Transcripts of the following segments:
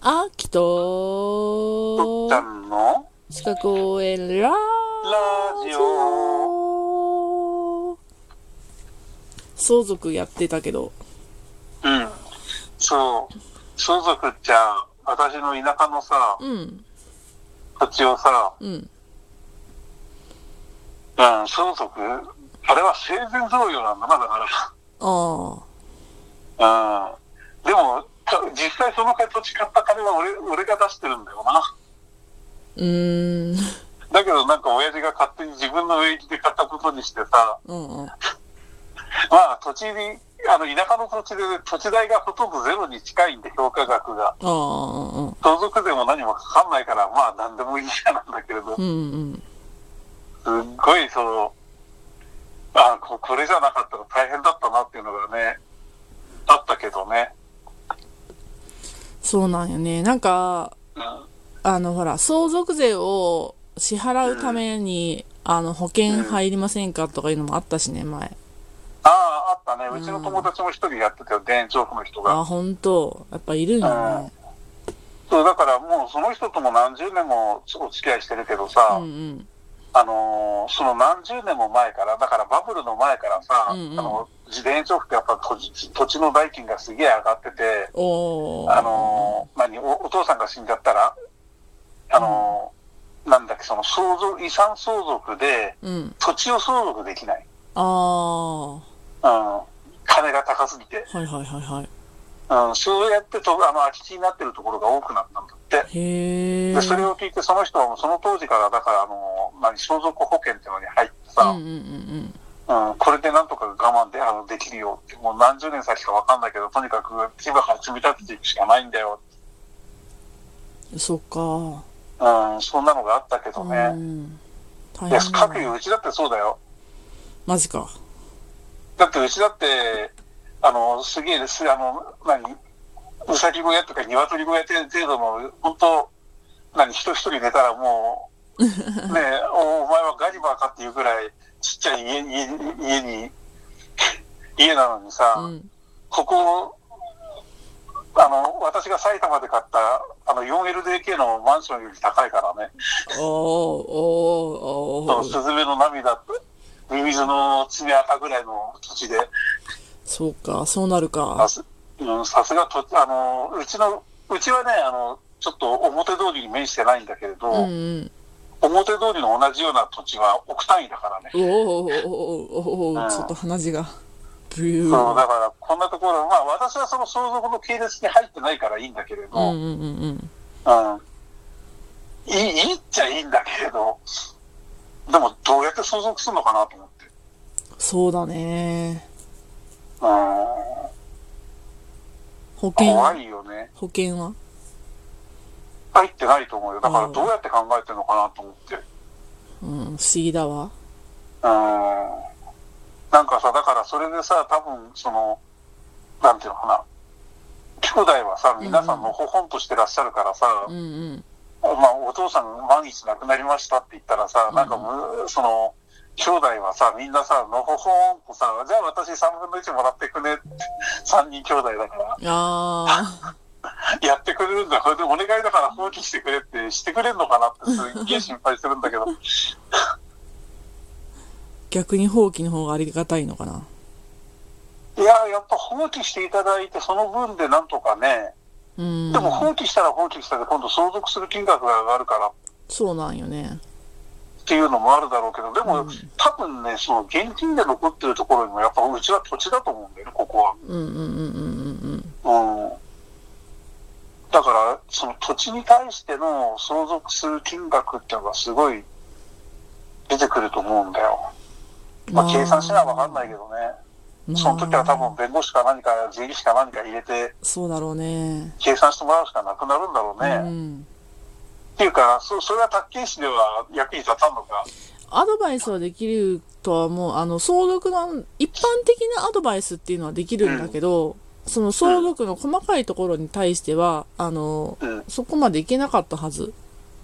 秋とっちゃとんの四角応援ララジジオ。 オ相続やってたけど、 うん。そう。相続っちゃ、私の田舎のさ、 うん、 土地をさ、 うん、 相続、あれは生前贈与なんだな、だかああ、 ら。でも、実際その土地買った金は俺が出してるんだよな。 うーん、 だけどなんか親父が勝手に自分の名義で買ったことにしてさ、 うんうん、 まあ土地に、田舎の土地で土地代がほとんどゼロに近いんで、評価額が。 ああ、 相続でも何もかかんないから、まあ何でもいいやなんだけれど、 うん、 すっごいこれじゃなかったら大変だったなっていうのがね、あったけどね。 そうなんよね。なんか、 うん、 ほら、相続税を支払うために、保険うん。 入りませんかとかいうのもあったしね、前。 ああ、あったね。 ううちの友ん。 達も一人やってたよ、田園調布の人が。 あ、ほんと。やっぱいるんうん。 よね。 そう、だからもうその人とも何十年もお付き合いしてるけどうんうさ、 ん。 その何十年も前から、だからバブルの前からうんさ、 うん。 田園調布ってやっぱ土地の代金がすげえ上がってて、 おー。 お父さんが死んじゃったら、 うん。 なんだっけ、遺産相続でうん。 土地を相続できない。 あー。はうん。金が高すぎて。 いはいはいはい。 そうやって空き地になってるところが多くなったんだって。で、それへー。 を聞いてその人はもうその当時から、だから相続保険っていうのに入ってさ、 うんうんうんこれでなんとか我慢で、できるよって、もう何十年先かわかんないけど、とにかく今から積み立てていくしかないんだよ。 うん。そっか。 そんなのがあったけうどね。 ん。大いや、 変だな。 各有うちだってそうだよ。 マジか。 だってうちだって、すげえです、うさぎ小屋とか鶏小屋程度の、本当人一人寝たらもう、ねえ、お前はガリバーかっていうぐらいちっちゃい家なのにさ、 うん。 ここ、私が埼玉で買った、4LDK のマンションより高いからね。 おー、おー、おー。 スズメの涙、ミミズの爪痕ぐらいの土地で、 そうか、そうなるか。 さす、さすがうちはね、ちょっと表通りに面してないんだけれうんど、 うん。 表通りの同じような土地は億単位だからね。 おー、おー、おー、おー、ちょっとうん。 鼻血が。ブユそう、 ー。 だからこんなところ、まあ私はその相続の系列に入ってないからいいんだけれど、 うんうんうんうん。 うん。いいっちゃいいんだけれど、でもどうやって相続するのかなと思って。 そうだね。 うん。 保険怖はいよね。 保険は入ってないと思うよ。だからどうああ、 やって考えてるのかなと思って。 うん、不思議だわ。 うん。なんかさ、だからそれでさ、多分なんていうのかな。兄弟はさ、 うん皆さんのほほんとしてらっしゃるからさ、 うん。うんまあ、お父さん万一亡くなりましたって言ったらさ、 うん。 なんか兄弟はさ、みんなさ、のほほんとさ、じゃあ私3分の1もらってくねって、3人兄弟だから、 ああ、 やってくれるんだ。これでお願いだから放棄してくれってしてくれんのかなってすっげえ心配するんだけど。 逆に放棄の方がありがたいのかな。 いや、やっぱ放棄していただいて、その分でなんとかね、 うでも放ん、 棄したら放棄したで今度相続する金額が上がるからっそうなんよね。 ていうのもあるだろうけど、でもうん、 多分ね、その現金で残ってるところにもやっぱうちは土地だと思うんだよね、ここうんうんうんうんは。だから、その土地に対しての相続する金額っていうのがすごい出てくると思うんだよ。 うん。 まあ計算しなまわかんないけどね。 あ、 その時は多分まあ、 弁護士か何か税理士か何か入れてそうだろうね。 計算してもらうしかなくなるんだろううね。 ん。 っていうか、それは宅建士では役に立たんのか。 アドバイスはできるとは思う。相続の一般的なアドバイスっていうのはできるんだけど、その相続の細かいところに対しては、 うん。 そこまでいけなかったはず。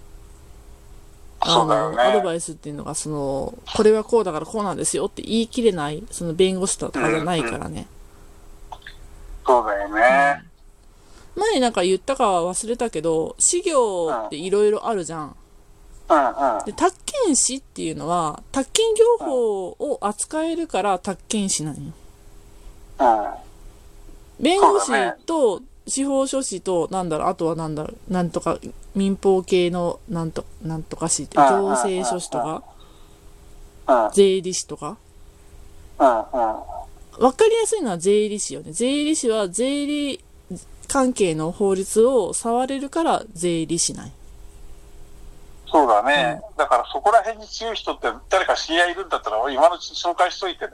そうだよアドね。 バイスっていうのが、これはこうだからこうなんですよって言い切れない、その弁護士とかじゃないからね。 そうだよね。 前なんか言ったかは忘れたけど、士業っていろいろあるじゃん。 うんうん。 で、宅建士っていうのは、宅建業法を扱えるから宅建士なんよ。 うん。 弁護士そうだね。 と司法書士と、あとはなんとか、民法系のなんとか士って、 うん行うんうん政書士とか、 うん税理士とか。 うんうん。 わかりやすいのは税理士よね。税理士は税理関係の法律を触れるから税理士ない。 そうだうん。 ね。だからそこら辺に強い人って誰か知り合いいるんだったら今のうちに紹介しといてね。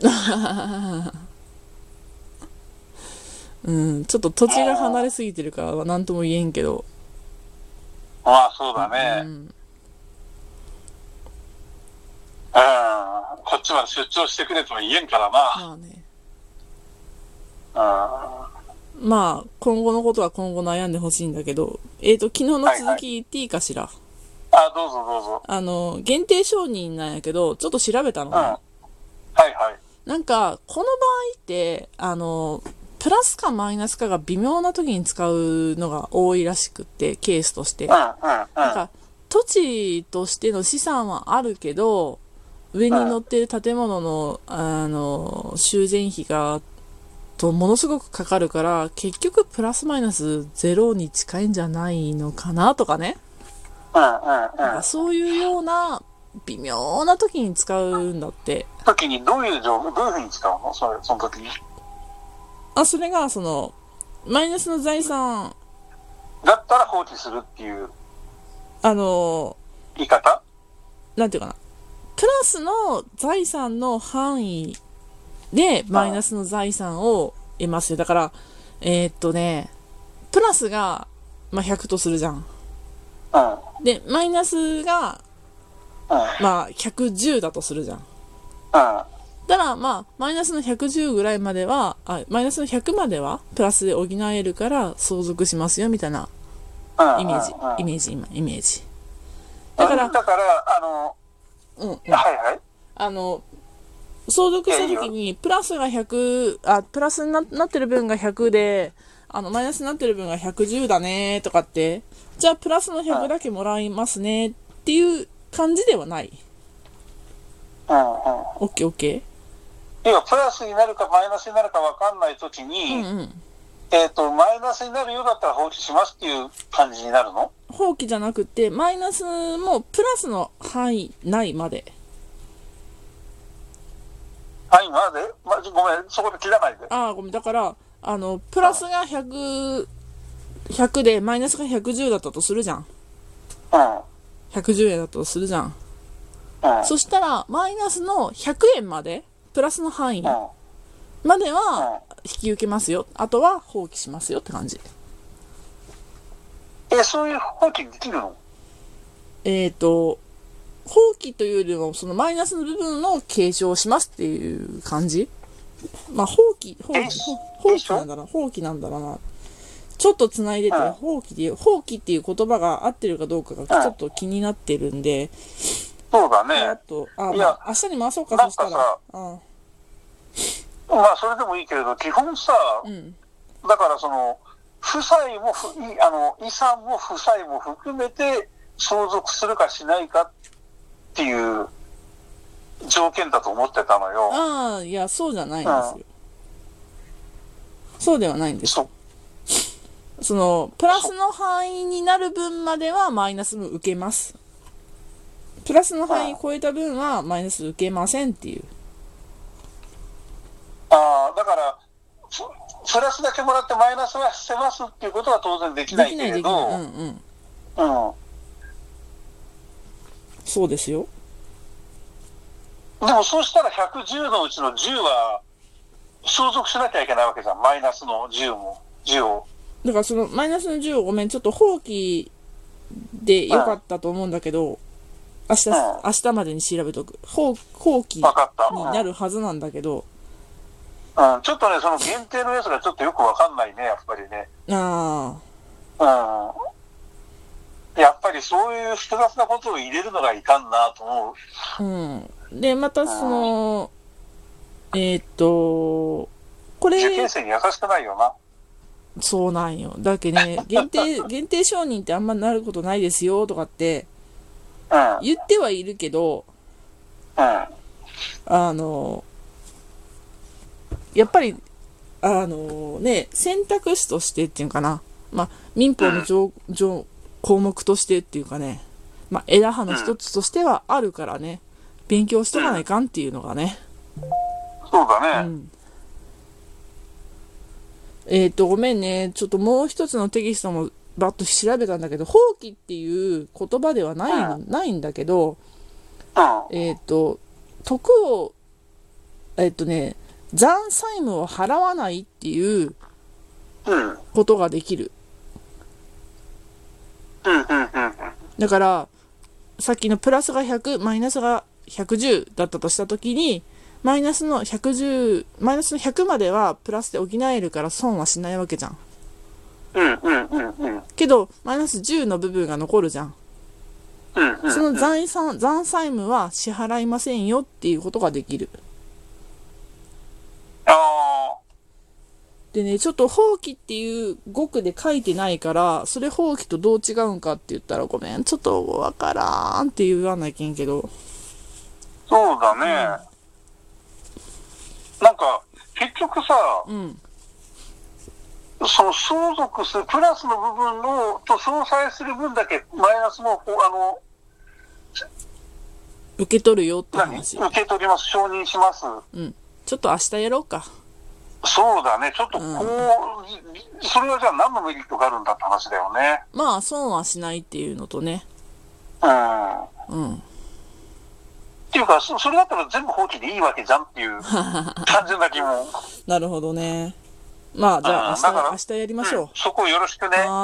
うん、ちょっと土地が離れもすぎてるからは何とも言えんけど。 う、まあそううだね。 ん。 うん。こっちまで出張してくれとは言えんからまあね。 な。うん。はまあ、今後のことは今後悩んでほしいんだけど、昨日のいはい。 続き言っていいかしら。 あ、どうぞどうぞ。 限定承認なんやけど、ちょっと調べたのうん。 ね。 はいはい。 なんか、この場合って、プラスかマイナスかが微妙な時に使うのが多いらしくって、ケースとして。 うんうんうん。 なんか、土地としての資産はあるけど、上に乗ってる建物の、修繕費が、ものすごくかかるから、結局プラスマイナスゼロに近いんじゃないのかなとかね。 うんうんなんかうん。 そういうような微妙な時に使うんだって。 時にどういうふうに使うのその時に。 それがマイナスの財産、 だったら放棄するっていうあの、 言い方。 なんていうかな。プラスの財産の範囲でうん。 マイナスの財産を得ますよ。だから、プラスが、まあ、100とするじゃん。 うん。 で、マイナスが、 うん。 まあ、110だとするじゃん。 うん。 たら、まあ、マイナスの110ぐらいまでは、マイナスの100までは、プラスで補えるから相続しますよ、みたいなうん。うん。 イメージ。 うん。 イメージ。だから、 だから、 うんうん。 はいはい。 あの、相続したいいよ。 時に、プラスになってる分が100で、マイナスになってる分が110だねとかって、じゃあプラスのうん。 100だけもらいますねっていう感じではない。 うん。うん。 オッケーオッケ要は、プラスになるかマイナスになるか分かんないときー。うんに、 うん。 マイナスになるようだったら放棄しますっていう感じになるの？ 放棄じゃなくて、マイナスもプラスの範囲内まで。 はい、ごめん、そこで切らないで。 ごめん。だから、プラスが100で、マイナスが110だったとするじゃん。 うん。うん。 110円だったとするじゃん。 うん。 そしたら、マイナスの100円まで、プラスの範囲うん。 まではうん。 引き受けますよ。あとは放棄しますよって感じ。 そういう放棄できるの？ 放棄というよりも、そのマイナスの部分の継承をしますっていう感じ。まあ、放継承。 棄なんだな。放棄なんだろうな。ちょっと繋いでて、 うん。 放棄っていう言葉が合ってるかどうかがうん。 ちょっと気になってるんで、 そうださらっね。 と、 いや、 まあ、明日に回そうか、 なんそしたら。 かさ、まあ、それでもいいけれど、基本さ、 うん。 だから負債も遺産も負債も含めて相続するかしないかっていう条件だと思ってたのよ。 いや、そうじゃないうん。 んですよ。そうではないんです。 そ、 プラスそ、 の範囲になる分まではマイナスも受けます。プラスのうん。 範囲超えた分はマイナス受けませんっていう。 だから、プラスだけもらってマイナスは捨てますっていうことは当然できでないけきないできない。うんれど、 うん。 うん。 そうですよ。 でもそうしたら110のうちの10は相続しなきゃいけないわけじゃん。マイナスの10も、10を。 だからマイナスの10をごめん、ちょっと放棄でうん。 よかったと思うんだけど、 うん。 明日までに調べとく。放棄わかった。 になるはずなんだけど、 うん。うん。ちょっとね、その限定のやつがちょっとよくわかんないね、やっぱりね。 あうん。やっぱりそういう複雑なことを入れるのがいかんなと思う。 うん。で、またうん。 これ、 受験生に優しくないよな。 そうなんよ。だけどね、限定承認ってあんまなることないですよとかってうん。 言ってはいるけど、 うん。 あの、やっぱり、選択肢としてっていうかな。まあ、民法の項目としてっていうかね、まあ、枝葉の一つとしてはあるからね、勉強しとかないかんっていうのがね。 そうだね。 うん。ごめんね。ちょっともう一つのテキストもバッと調べたんだけど、放棄っていう言葉ではないんだけど、 うん。 得を、残債務を払わないっていううん。 ことができる。 うん。うん。うん。 だから、さっきのプラスが100、マイナスが110だったとしたときに、マイナスの100まではプラスで補えるから損はしないわけじゃん。 うん。うん。うん。うん。 けど、マイナス10の部分が残るじゃん。 うん。 その残債務は支払いませんよっていうことができる。 ああ。 でね、ちょっと放棄っていう語句で書いてないから、それ放棄とどう違うんかって言ったらごめん、ちょっとわからんって言わなきゃいけんけど。 そうだね。なんか、結局さ、 うん。 その相続する、プラスの部分と相殺する分だけマイナスの、 受け取るよって何話。 受け取ります、承認します。 うん。ちょっと明日やろうか。 そうだね。ちょっとそれはじゃあ何のメリットがあるんだって話だよね。 まあ、損はしないっていうのとね。 うん。 うん。 っていうか、それだったら全部放棄でいいわけじゃんっていう単純な疑問。 なるほどね。まあ、じゃあだから明日やりましょう。 そこをよろしくね。